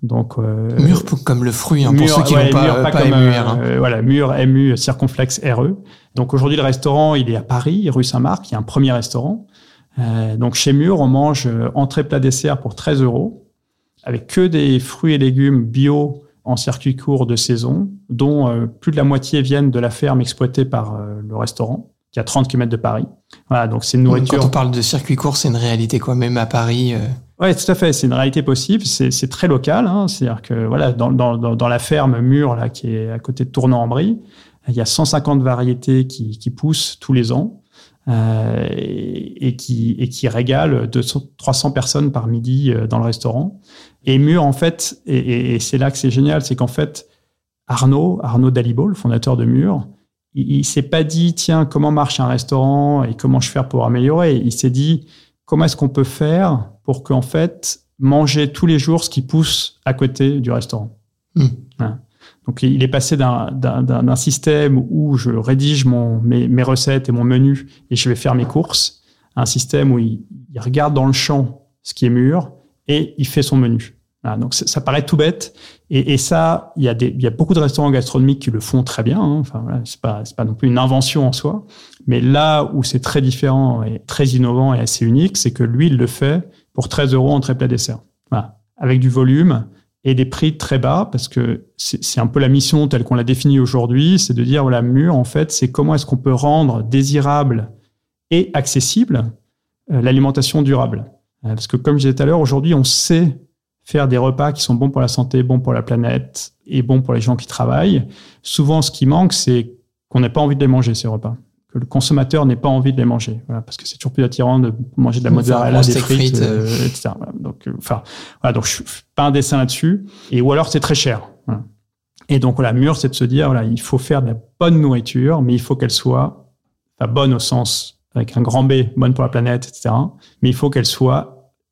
Donc, euh, mûr comme le fruit, hein, mûr, pour ceux qui ouais, n'ont pas, mûr, pas, pas comme, M U R. Hein. Euh, voilà, mûr, M U, circonflexe, R E. Donc aujourd'hui, le restaurant, il est à Paris, rue Saint-Marc. Il y a un premier restaurant. Euh, donc chez Mûr, on mange euh, entrée, plat, dessert pour treize euros, avec que des fruits et légumes bio en circuit court de saison, dont euh, plus de la moitié viennent de la ferme exploitée par euh, le restaurant, qui est à trente kilomètres de Paris. Voilà, donc c'est une nourriture. Quand on parle de circuit court, c'est une réalité, quoi, même à Paris. Euh... Oui, tout à fait. C'est une réalité possible. C'est, c'est très local. Hein. C'est-à-dire que voilà, dans, dans, dans la ferme Mûr, là, qui est à côté de Tournan-en-Brie, il y a cent cinquante variétés qui, qui poussent tous les ans euh, et, et, qui, et qui régalent deux cents, trois cents personnes par midi dans le restaurant. Et Mûr, en fait, et, et, et c'est là que c'est génial, c'est qu'en fait, Arnaud, Arnaud Dalibo, le fondateur de Mûr, il, il s'est pas dit, tiens, comment marche un restaurant et comment je fais pour améliorer. Il s'est dit, comment est-ce qu'on peut faire pour qu'en fait, manger tous les jours ce qui pousse à côté du restaurant. Mmh. Hein. Donc, il est passé d'un, d'un, d'un système où je rédige mon, mes, mes recettes et mon menu et je vais faire mes courses, à un système où il, il regarde dans le champ ce qui est mûr et il fait son menu. Voilà, donc, ça, ça paraît tout bête. Et, et ça, il y, a des, il y a beaucoup de restaurants gastronomiques qui le font très bien. Hein. Enfin, voilà, c'est pas, c'est pas non plus une invention en soi. Mais là où c'est très différent et très innovant et assez unique, c'est que lui, il le fait pour treize euros entrée, plat, dessert. Voilà, avec du volume et des prix très bas, parce que c'est, c'est un peu la mission telle qu'on l'a définie aujourd'hui, c'est de dire, voilà, Mûr, en fait, c'est comment est-ce qu'on peut rendre désirable et accessible euh, l'alimentation durable. Euh, parce que comme je disais tout à l'heure, aujourd'hui, on sait faire des repas qui sont bons pour la santé, bons pour la planète et bons pour les gens qui travaillent. Souvent, ce qui manque, c'est qu'on n'ait pas envie de les manger, ces repas. Que le consommateur n'ait pas envie de les manger. Voilà, parce que c'est toujours plus attirant de manger de la mozzarella, des frites, frites euh, et cetera. Voilà, donc, euh, enfin, voilà, donc je fais pas un dessin là-dessus. Et ou alors c'est très cher. Voilà. Et donc voilà, Mûr, c'est de se dire, voilà, il faut faire de la bonne nourriture, mais il faut qu'elle soit, enfin, bonne au sens avec un grand B, bonne pour la planète, et cetera. Mais il faut qu'elle soit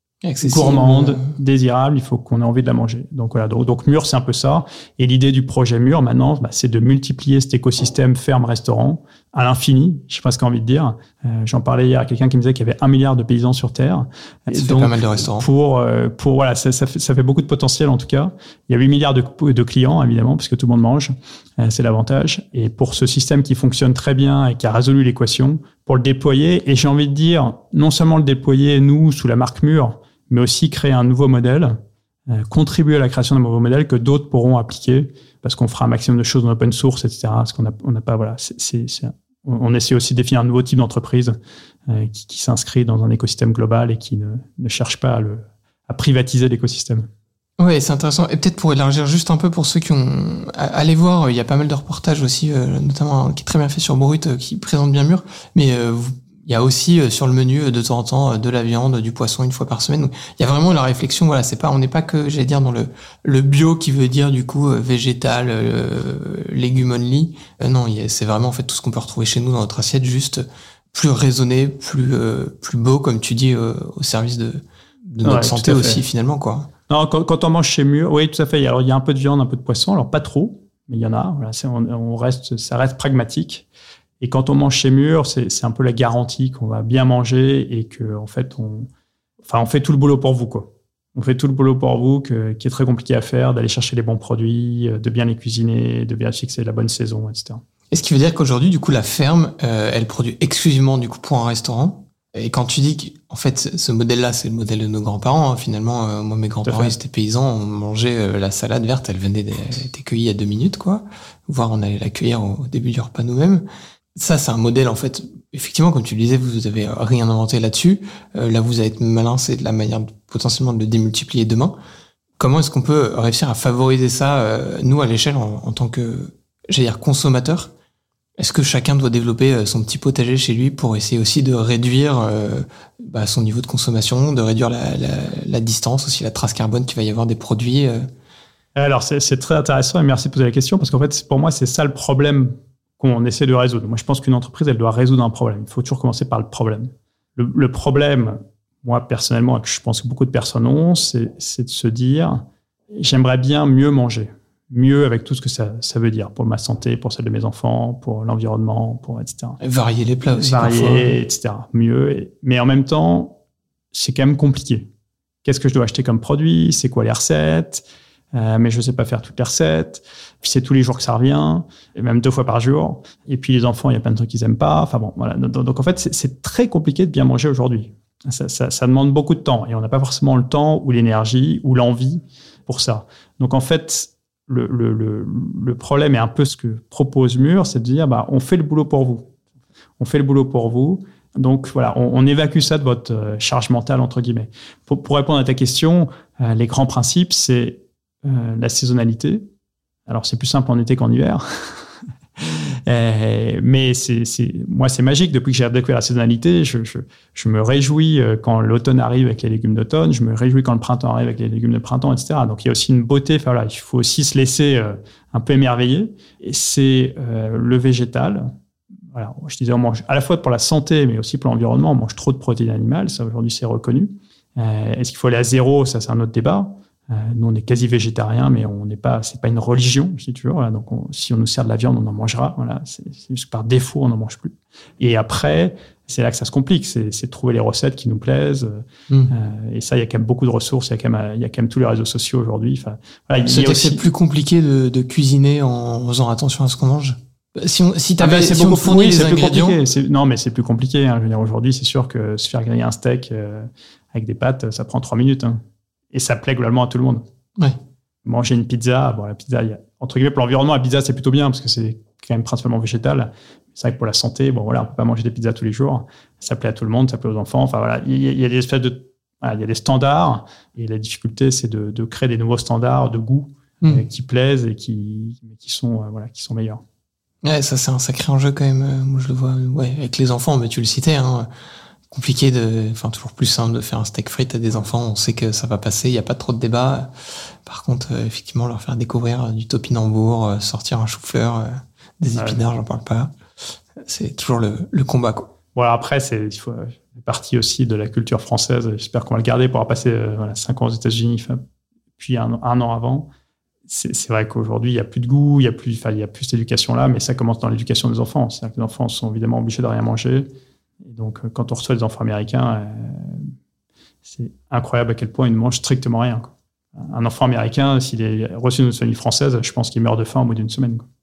gourmande, désirable, il faut qu'on ait envie de la manger. Donc voilà, donc, donc Mûr, c'est un peu ça. Et l'idée du projet Mûr, maintenant, bah, c'est de multiplier cet écosystème ferme-restaurant à l'infini, j'ai presque envie de dire. Euh, j'en parlais hier à quelqu'un qui me disait qu'il y avait un milliard de paysans sur Terre. Ça fait pas mal de restaurants. Pour, euh, pour voilà, ça, ça, fait, ça fait beaucoup de potentiel en tout cas. Il y a huit milliards de, de clients, évidemment, puisque tout le monde mange. Euh, c'est l'avantage. Et pour ce système qui fonctionne très bien et qui a résolu l'équation, pour le déployer, et j'ai envie de dire, non seulement le déployer, nous, sous la marque Mûr, mais aussi créer un nouveau modèle, euh, contribuer à la création d'un nouveau modèle que d'autres pourront appliquer, parce qu'on fera un maximum de choses en open source, et cetera. Parce qu'on n'a on n'a pas, voilà, c'est, c'est, c'est, on essaie aussi de définir un nouveau type d'entreprise euh, qui, qui s'inscrit dans un écosystème global et qui ne, ne cherche pas à, le, à privatiser l'écosystème. Oui, c'est intéressant. Et peut-être pour élargir juste un peu pour ceux qui ont... Allez voir, il y a pas mal de reportages aussi, euh, notamment un qui est très bien fait sur Brut, euh, qui présente bien Mûr, mais euh, vous il y a aussi euh, sur le menu euh, de temps en temps euh, de la viande, du poisson une fois par semaine. Donc, il y a vraiment la réflexion. Voilà, c'est pas, on n'est pas que, j'allais dire, dans le le bio qui veut dire du coup euh, végétal, euh, légumes only. Euh, non, il y a, c'est vraiment en fait tout ce qu'on peut retrouver chez nous dans notre assiette, juste plus raisonné, plus euh, plus beau, comme tu dis, euh, au service de de notre ouais, santé aussi finalement, quoi. Non, quand, quand on mange chez Mûr, oui, tout à fait. Alors il y a un peu de viande, un peu de poisson. Alors pas trop, mais il y en a. Voilà, c'est, on, on reste, ça reste pragmatique. Et quand on mange chez Mûr, c'est, c'est un peu la garantie qu'on va bien manger et que, en fait, on, enfin, on fait tout le boulot pour vous, quoi. On fait tout le boulot pour vous, que, qui est très compliqué à faire, d'aller chercher les bons produits, de bien les cuisiner, de bien fixer la bonne saison, et cetera. Et ce qui veut dire qu'aujourd'hui, du coup, la ferme, euh, elle produit exclusivement, du coup, pour un restaurant. Et quand tu dis qu'en fait, ce modèle-là, c'est le modèle de nos grands-parents, hein, finalement, euh, moi, mes grands-parents, ils étaient paysans, on mangeait euh, la salade verte, elle venait d'être cueillie à deux minutes, quoi. Voire on allait la cueillir au début du repas nous-mêmes. Ça, c'est un modèle, en fait, effectivement, comme tu le disais, vous avez rien inventé là-dessus. Euh, là, vous allez être malin, c'est de la manière de, potentiellement de le démultiplier demain. Comment est-ce qu'on peut réussir à favoriser ça, euh, nous, à l'échelle, en, en tant que, j'allais dire, consommateur? Est-ce que chacun doit développer son petit potager chez lui pour essayer aussi de réduire euh, bah, son niveau de consommation, de réduire la, la, la distance, aussi la trace carbone qu'il va y avoir des produits euh... Alors, c'est, c'est très intéressant et merci de poser la question, parce qu'en fait, pour moi, c'est ça le problème qu'on essaie de résoudre. Moi, je pense qu'une entreprise, elle doit résoudre un problème. Il faut toujours commencer par le problème. Le, le problème, moi, personnellement, et que je pense que beaucoup de personnes ont, c'est, c'est de se dire, j'aimerais bien mieux manger. Mieux avec tout ce que ça, ça veut dire pour ma santé, pour celle de mes enfants, pour l'environnement, pour et cetera. Varier les plats aussi. Varier, et cetera. Mieux. Mais en même temps, c'est quand même compliqué. Qu'est-ce que je dois acheter comme produit? C'est quoi les recettes? euh, mais je sais pas faire toutes les recettes. Puis c'est tous les jours que ça revient, et même deux fois par jour. Et puis les enfants, il y a plein de trucs qu'ils aiment pas. Enfin bon, voilà. Donc, donc en fait, c'est, c'est très compliqué de bien manger aujourd'hui. Ça, ça, ça demande beaucoup de temps, et on n'a pas forcément le temps ou l'énergie ou l'envie pour ça. Donc en fait, le, le, le, le problème est un peu ce que propose Mûr, c'est de dire, bah, on fait le boulot pour vous. On fait le boulot pour vous. Donc voilà, on, on évacue ça de votre euh, charge mentale, entre guillemets. Pour, pour répondre à ta question, euh, les grands principes, c'est euh, la saisonnalité. Alors c'est plus simple en été qu'en hiver. euh, mais c'est, c'est, moi, c'est magique. Depuis que j'ai découvert la saisonnalité, je, je, je me réjouis quand l'automne arrive avec les légumes d'automne, je me réjouis quand le printemps arrive avec les légumes de printemps, et cetera. Donc il y a aussi une beauté. Enfin, voilà, il faut aussi se laisser euh, un peu émerveiller. Et c'est euh, le végétal. Voilà, je disais, on mange à la fois pour la santé, mais aussi pour l'environnement. On mange trop de protéines animales, ça aujourd'hui c'est reconnu. Euh, est-ce qu'il faut aller à zéro? Ça, c'est un autre débat. Euh, nous, on est quasi végétariens, mais on n'est pas, c'est pas une religion, si tu veux. Voilà, donc, on, si on nous sert de la viande, on en mangera. Voilà, c'est, c'est juste que par défaut, on n'en mange plus. Et après, c'est là que ça se complique. C'est, c'est de trouver les recettes qui nous plaisent. Mmh. Euh, et ça, il y a quand même beaucoup de ressources. Il y a quand même, il y a quand même tous les réseaux sociaux aujourd'hui. Enfin, voilà, c'est, aussi... c'est plus compliqué de, de cuisiner en faisant attention à ce qu'on mange. Si on, si t'avais, ah ben, c'est si beaucoup on fournit oui, les c'est ingrédients. Plus compliqué. C'est, non, mais c'est plus compliqué. Hein. Je veux dire, aujourd'hui, c'est sûr que se faire griller un steak euh, avec des pâtes, ça prend trois minutes. Hein. Et ça plaît globalement à tout le monde. Ouais. Manger une pizza, bon, la pizza, il y a, entre guillemets, pour l'environnement, la pizza, c'est plutôt bien parce que c'est quand même principalement végétal. C'est vrai que pour la santé, bon, voilà, on peut pas manger des pizzas tous les jours. Ça plaît à tout le monde, ça plaît aux enfants. Enfin, voilà, il y a, il y a des espèces de, voilà, il y a des standards. Et la difficulté, c'est de, de créer des nouveaux standards de goût mmh. euh, qui plaisent et qui, qui sont, euh, voilà, qui sont meilleurs. Ouais, ça, c'est un sacré enjeu quand même. Moi, je le vois, ouais, avec les enfants, mais tu le citais, hein. Compliqué de, enfin, toujours plus simple de faire un steak frites à des enfants. On sait que ça va passer. Il n'y a pas trop de débat. Par contre, euh, effectivement, leur faire découvrir du topinambour, euh, sortir un chou-fleur, euh, des épinards, ouais. J'en parle pas. C'est toujours le, le combat, quoi. Voilà, après, c'est, il faut, c'est partie aussi de la culture française. J'espère qu'on va le garder pour avoir passé, euh, voilà, cinq ans aux États-Unis, puis un, un an avant. C'est, c'est vrai qu'aujourd'hui, il n'y a plus de goût, il y a plus, enfin, il y a plus cette éducation-là, mais ça commence dans l'éducation des enfants. C'est-à-dire que les enfants sont évidemment obligés de rien manger. Et donc, quand on reçoit des enfants américains, euh, c'est incroyable à quel point ils ne mangent strictement rien, quoi. Un enfant américain, s'il est reçu d'une famille française, je pense qu'il meurt de faim au bout d'une semaine, quoi.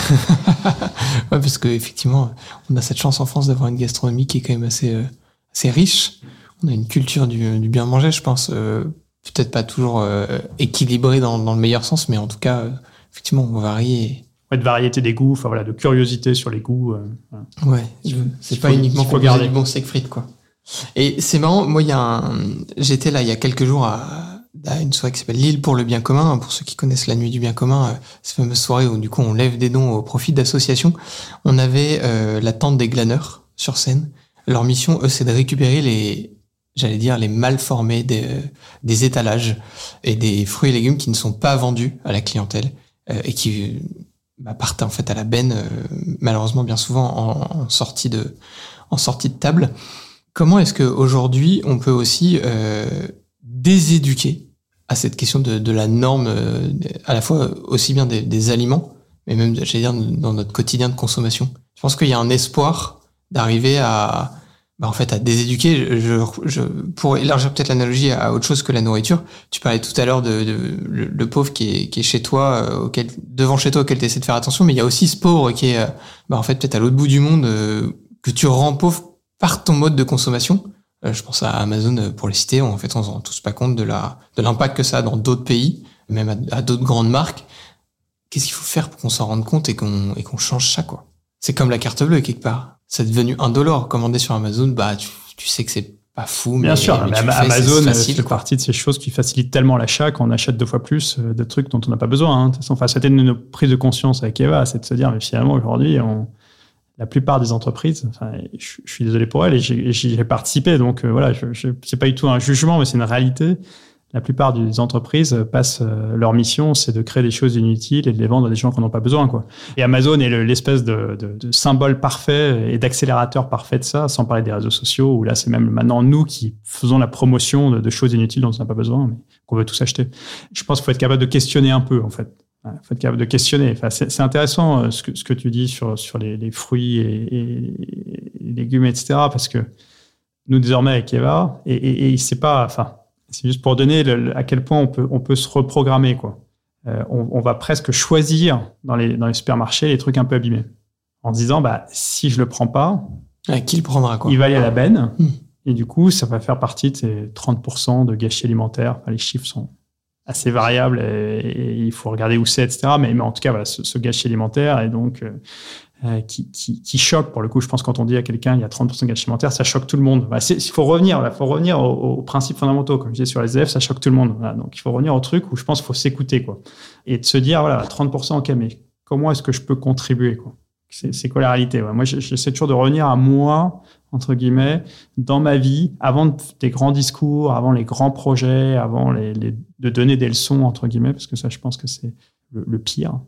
Ouais, parce qu'effectivement, on a cette chance en France d'avoir une gastronomie qui est quand même assez, euh, assez riche. On a une culture du, du bien manger, je pense, euh, peut-être pas toujours euh, équilibrée dans, dans le meilleur sens, mais en tout cas, euh, effectivement, on varie. Et... Ouais, de variété des goûts, enfin voilà, de curiosité sur les goûts. Euh, voilà. Ouais, je, c'est il pas faut, uniquement pour garder du bon steak frites, quoi. Et c'est marrant, moi, il y a un, j'étais là il y a quelques jours à, à une soirée qui s'appelle L'île pour le bien commun. Pour ceux qui connaissent la nuit du bien commun, euh, cette fameuse soirée où du coup on lève des dons au profit d'associations. On avait euh, la tente des glaneurs sur scène. Leur mission, eux, c'est de récupérer les, j'allais dire, les mal formés des, euh, des étalages et des fruits et légumes qui ne sont pas vendus à la clientèle euh, et qui bah, partent en fait à la benne, euh, malheureusement bien souvent en, en sortie de, en sortie de table. Comment est-ce qu'aujourd'hui on peut aussi euh, déséduquer à cette question de, de la norme, euh, à la fois aussi bien des, des aliments, mais même, j'allais dire, dans notre quotidien de consommation. Je pense qu'il y a un espoir d'arriver à, bah, en fait, à déséduquer. Je, je, pour élargir peut-être l'analogie à autre chose que la nourriture, tu parlais tout à l'heure de, de le, le pauvre qui est, qui est chez toi, euh, auquel, devant chez toi, auquel tu essaies de faire attention, mais il y a aussi ce pauvre qui est, euh, bah, en fait, peut-être à l'autre bout du monde, euh, que tu rends pauvre par ton mode de consommation. Euh, je pense à Amazon, pour les citer. En fait, on se rend tous pas compte de la, de l'impact que ça a dans d'autres pays, même à, à d'autres grandes marques. Qu'est-ce qu'il faut faire pour qu'on s'en rende compte et qu'on, et qu'on change ça, quoi? C'est comme la carte bleue, quelque part. C'est devenu indolore. Commander sur Amazon, bah, tu, tu sais que c'est pas fou, mais. Bien sûr, mais mais tu Amazon fais, facile, fait quoi. partie de ces choses qui facilitent tellement l'achat qu'on achète deux fois plus de trucs dont on n'a pas besoin, hein. De toute façon, enfin, c'était une de nos prises de conscience avec Eva, c'est de se dire, mais finalement, aujourd'hui, on, la plupart des entreprises, enfin, je, je suis désolé pour elles et j'y, j'y ai participé, donc euh, voilà, je, je, c'est pas du tout un jugement, mais c'est une réalité. La plupart des entreprises passent euh, leur mission, c'est de créer des choses inutiles et de les vendre à des gens qui n'en ont pas besoin, quoi. Et Amazon est le, l'espèce de, de, de symbole parfait et d'accélérateur parfait de ça, sans parler des réseaux sociaux, où là, c'est même maintenant nous qui faisons la promotion de, de choses inutiles dont on n'a pas besoin, mais qu'on veut tous acheter. Je pense qu'il faut être capable de questionner un peu, en fait. Il faut être capable de questionner. Enfin, c'est, c'est intéressant euh, ce, que, ce que tu dis sur, sur les, les fruits et, et, et légumes, et cetera. Parce que nous, désormais, avec Eva, et, et, et c'est pas, enfin, c'est juste pour donner le, le, à quel point on peut, on peut se reprogrammer, quoi. euh, on, on va presque choisir dans les, dans les supermarchés les trucs un peu abîmés. En se disant, bah, si je le prends pas, ouais, qui le prendra, quoi. Il va aller à la benne. Mmh. Et du coup, ça va faire partie de ces trente pour cent de gâchis alimentaires. Enfin, les chiffres sont assez variables et, et il faut regarder où c'est, et cetera. Mais, mais en tout cas, voilà, ce, ce gâchis alimentaire est donc euh, qui, qui, qui choque. Pour le coup, je pense que quand on dit à quelqu'un il y a trente pour cent de gâchis alimentaire, ça choque tout le monde. Bah, il faut revenir, il faut revenir aux, aux principes fondamentaux. Comme je disais sur les S D F, ça choque tout le monde. Voilà, donc, il faut revenir au truc où je pense qu'il faut s'écouter, quoi. Et de se dire, voilà, trente pour cent, ok, mais comment est-ce que je peux contribuer, quoi? C'est, c'est quoi la réalité? Ouais. Moi, j'essaie toujours de revenir à moi, entre guillemets, dans ma vie, avant des grands discours, avant les grands projets, avant les, les, de donner des leçons, entre guillemets, parce que ça, je pense que c'est le, le pire.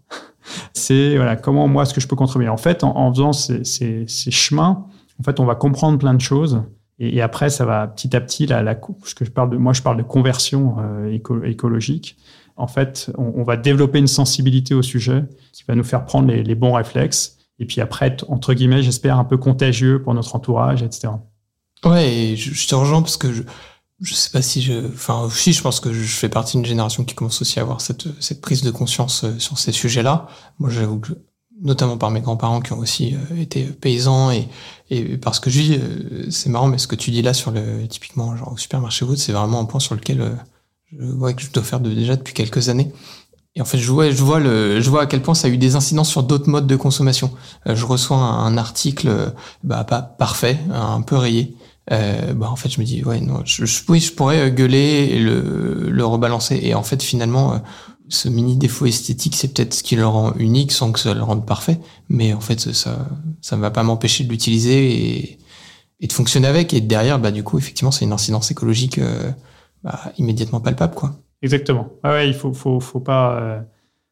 C'est voilà, comment moi, est-ce que je peux contribuer? En fait, en, en faisant ces, ces, ces chemins, en fait, on va comprendre plein de choses. Et, et après, ça va petit à petit, la, la, parce que je parle de, moi, je parle de conversion euh, éco, écologique. En fait, on, on va développer une sensibilité au sujet qui va nous faire prendre les, les bons réflexes. Et puis après, entre guillemets, j'espère un peu contagieux pour notre entourage, et cetera. Ouais, et je, je te rejoins parce que je, je sais pas si je, enfin, aussi, je pense que je fais partie d'une génération qui commence aussi à avoir cette, cette prise de conscience sur ces sujets-là. Moi, j'avoue que, notamment par mes grands-parents qui ont aussi euh, été paysans et, et parce que je dis, euh, c'est marrant, mais ce que tu dis là sur le, typiquement, genre, au supermarché Wood, c'est vraiment un point sur lequel, euh, je vois que je dois faire de, déjà depuis quelques années. Et en fait, je vois, je vois le, je vois à quel point ça a eu des incidences sur d'autres modes de consommation. Euh, je reçois un, un article, bah, pas parfait, un peu rayé. Euh, bah, en fait, je me dis, ouais, non, je, je, oui, je pourrais gueuler et le, le rebalancer. Et en fait, finalement, euh, ce mini défaut esthétique, c'est peut-être ce qui le rend unique sans que ça le rende parfait. Mais en fait, ça, ça ne va pas m'empêcher de l'utiliser et, et de fonctionner avec. Et derrière, bah, du coup, effectivement, c'est une incidence écologique, euh, bah, immédiatement palpable, quoi. Exactement. Ah ouais, il faut, faut, faut pas, euh,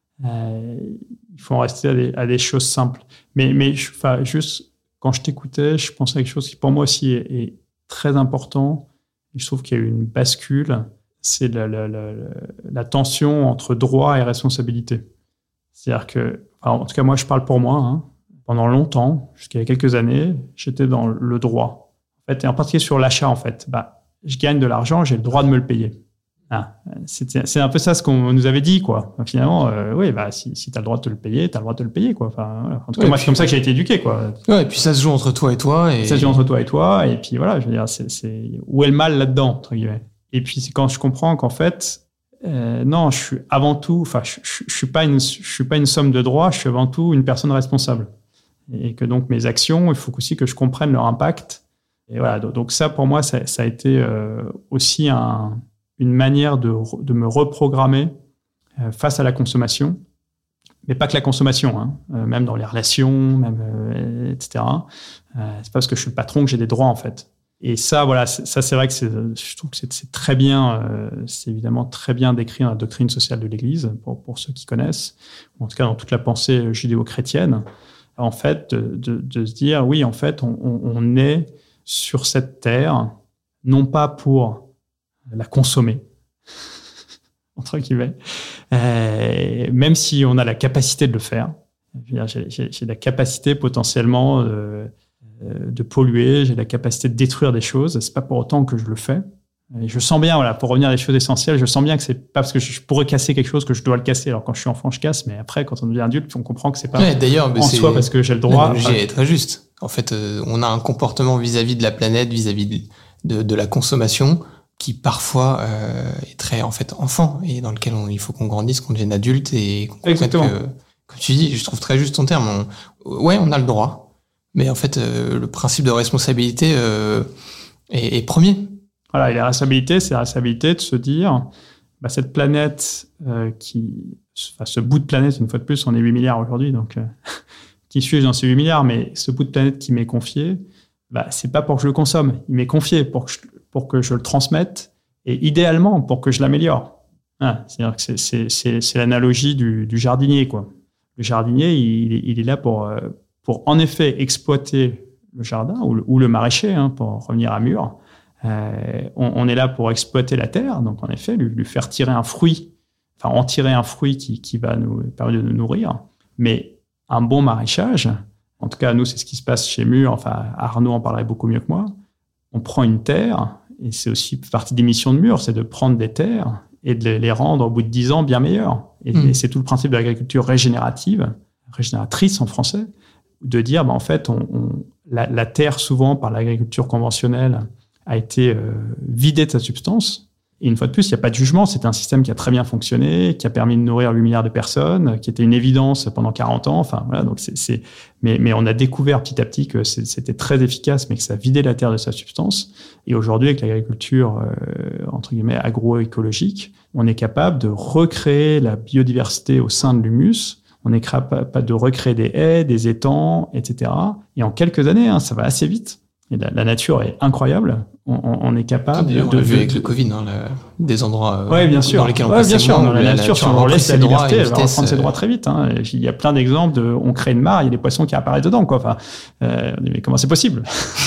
euh, il faut en rester à des, à des choses simples. Mais, mais, enfin, juste quand je t'écoutais, je pensais à quelque chose qui pour moi aussi est, est très important. Et je trouve qu'il y a eu une bascule. C'est la, la, la, la tension entre droit et responsabilité. C'est-à-dire que, enfin, en tout cas, moi, je parle pour moi. Hein, pendant longtemps, jusqu'à il y a quelques années, j'étais dans le droit. En fait, et en particulier sur l'achat, en fait, bah, je gagne de l'argent, j'ai le droit de me le payer. Ah, c'est, c'est un peu ça ce qu'on nous avait dit, quoi. Enfin, finalement, euh, oui, bah, si, si tu as le droit de te le payer, tu as le droit de te le payer, quoi. Enfin, voilà. En tout cas, ouais, moi, c'est comme ça que j'ai été éduqué, quoi. Ouais, et puis ça se joue entre toi et toi. Et... Ça se joue entre toi et toi. Et puis voilà, je veux dire, c'est, c'est... où est le mal là-dedans, entre guillemets. Et puis, c'est quand je comprends qu'en fait, euh, non, je suis avant tout, enfin, je, je, je suis pas une, je suis pas une somme de droits, je suis avant tout une personne responsable. Et que donc, mes actions, il faut aussi que je comprenne leur impact. Et voilà. Donc, ça, pour moi, ça, ça a été euh, aussi un. une manière de, de me reprogrammer euh, face à la consommation, mais pas que la consommation, hein, euh, même dans les relations, même, euh, et cetera. Euh, c'est pas parce que je suis le patron que j'ai des droits, en fait. Et ça, voilà, c'est, ça, c'est vrai que c'est, je trouve que c'est, c'est très bien, euh, c'est évidemment très bien décrit dans la doctrine sociale de l'Église, pour, pour ceux qui connaissent, ou en tout cas dans toute la pensée judéo-chrétienne, en fait, de, de, de se dire, oui, en fait, on, on, on est sur cette terre, non pas pour la consommer, entre guillemets, euh, même si on a la capacité de le faire. Je veux dire, j'ai, j'ai, j'ai la capacité potentiellement de, de polluer, j'ai la capacité de détruire des choses, c'est pas pour autant que je le fais. Et je sens bien, voilà, pour revenir à des choses essentielles, je sens bien que c'est pas parce que je pourrais casser quelque chose que je dois le casser. Alors quand je suis enfant, je casse, mais après, quand on devient adulte, on comprend que c'est pas ouais, d'ailleurs, en soi parce que j'ai le droit. L'analogie est très juste. En fait, euh, on a un comportement vis-à-vis de la planète, vis-à-vis de, de la consommation, qui parfois euh, est très en fait enfant et dans lequel on, il faut qu'on grandisse, qu'on devienne adulte et qu'on comprenne que, comme tu dis, je trouve très juste ton terme. On, ouais, on a le droit, mais en fait, euh, le principe de responsabilité euh, est, est premier. Voilà, et la responsabilité, c'est la responsabilité de se dire, bah, cette planète euh, qui, enfin, ce bout de planète, une fois de plus, on est huit milliards aujourd'hui, donc euh, qui suis-je dans ces huit milliards, mais ce bout de planète qui m'est confié, bah, c'est pas pour que je le consomme, il m'est confié pour que je, pour que je le transmette et idéalement pour que je l'améliore. Ah, c'est-à-dire que c'est, c'est, c'est, c'est l'analogie du, du jardinier, quoi. Le jardinier, il, il est là pour, pour en effet exploiter le jardin ou le, ou le maraîcher, hein, pour revenir à Mur. Euh, on, on est là pour exploiter la terre, donc en effet, lui, lui faire tirer un fruit, enfin en tirer un fruit qui, qui va nous permettre de nous nourrir. Mais un bon maraîchage, en tout cas, nous, c'est ce qui se passe chez Mur, enfin Arnaud en parlerait beaucoup mieux que moi, on prend une terre, et c'est aussi partie des missions de Mur, c'est de prendre des terres et de les rendre au bout de dix ans bien meilleurs. Et, mmh. et c'est tout le principe de l'agriculture régénérative, régénératrice en français, de dire, bah, en fait, on, on, la, la terre, souvent, par l'agriculture conventionnelle, a été euh, vidée de sa substance. Et une fois de plus, il n'y a pas de jugement. C'est un système qui a très bien fonctionné, qui a permis de nourrir huit milliards de personnes, qui était une évidence pendant quarante ans. Enfin, voilà, donc c'est, c'est... Mais, mais on a découvert petit à petit que c'était très efficace, mais que ça vidait la terre de sa substance. Et aujourd'hui, avec l'agriculture, euh, entre guillemets, agroécologique, on est capable de recréer la biodiversité au sein de l'humus. On est capable de recréer des haies, des étangs, et cetera. Et en quelques années, hein, ça va assez vite. Et la, la nature est incroyable. On, on, on est capable de... On de, l'a vu de, avec de, le Covid, hein, le, des endroits euh, ouais, bien sûr. dans lesquels on ouais, passe bien sûr. moins, La, la nature, si on leur laisse la liberté, elle va reprendre ses droits euh... très vite. Hein. Il y a plein d'exemples de... On crée une mare, il y a des poissons qui apparaissent dedans. Quoi. Enfin, euh, mais comment c'est possible?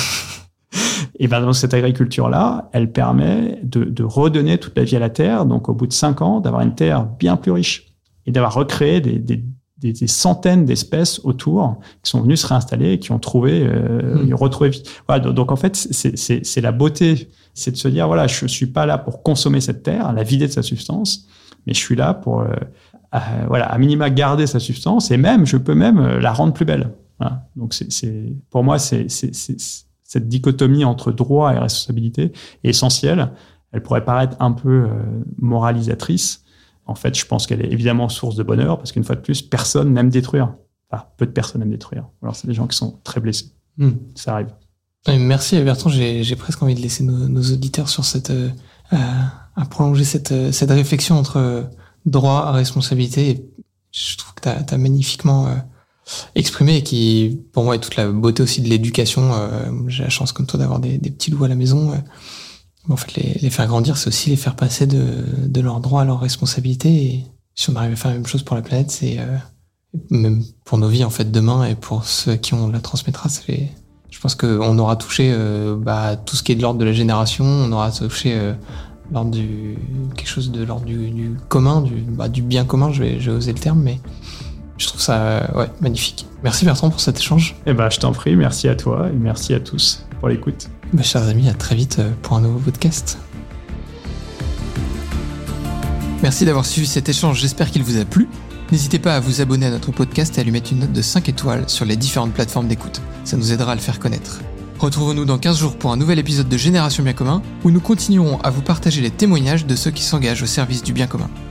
Et ben dans cette agriculture-là, elle permet de, de redonner toute la vie à la terre. Donc, au bout de cinq ans, d'avoir une terre bien plus riche et d'avoir recréé des... des Des, des centaines d'espèces autour qui sont venues se réinstaller et qui ont trouvé, euh, mmh. retrouvé vie. Voilà, donc, donc en fait, c'est, c'est, c'est la beauté, c'est de se dire voilà, je suis pas là pour consommer cette terre, la vider de sa substance, mais je suis là pour, euh, à, voilà, à minima garder sa substance et même, je peux même la rendre plus belle. Voilà. Donc c'est, c'est, pour moi, c'est, c'est, c'est, cette dichotomie entre droit et responsabilité est essentielle. Elle pourrait paraître un peu euh, moralisatrice. En fait, je pense qu'elle est évidemment source de bonheur parce qu'une fois de plus, personne n'aime détruire. Enfin, peu de personnes aiment détruire. Alors, c'est des gens qui sont très blessés. Mmh. Ça arrive. Merci Bertrand. J'ai, j'ai presque envie de laisser nos, nos auditeurs sur cette, euh, à prolonger cette, cette réflexion entre droit, responsabilité. Et je trouve que tu as magnifiquement euh, exprimé et qui, pour moi, est toute la beauté aussi de l'éducation. Euh, j'ai la chance comme toi d'avoir des, des petits loups à la maison. Euh, En fait, les, les faire grandir, c'est aussi les faire passer de, de leurs droits à leurs responsabilités. Et si on arrive à faire la même chose pour la planète, c'est euh, même pour nos vies en fait demain et pour ceux à qui on la transmettra, c'est, je pense qu'on aura touché euh, bah, tout ce qui est de l'ordre de la génération, on aura touché euh, l'ordre du quelque chose de l'ordre du, du commun, du, bah, du bien commun. Je vais, je vais oser le terme, mais je trouve ça ouais magnifique. Merci Bertrand pour cet échange. Eh ben, je t'en prie, merci à toi et merci à tous pour l'écoute. Bah, chers amis, à très vite pour un nouveau podcast. Merci d'avoir suivi cet échange, j'espère qu'il vous a plu. N'hésitez pas à vous abonner à notre podcast et à lui mettre une note de cinq étoiles sur les différentes plateformes d'écoute. Ça nous aidera à le faire connaître. Retrouvons-nous dans quinze jours pour un nouvel épisode de Génération Bien Commun, où nous continuerons à vous partager les témoignages de ceux qui s'engagent au service du bien commun.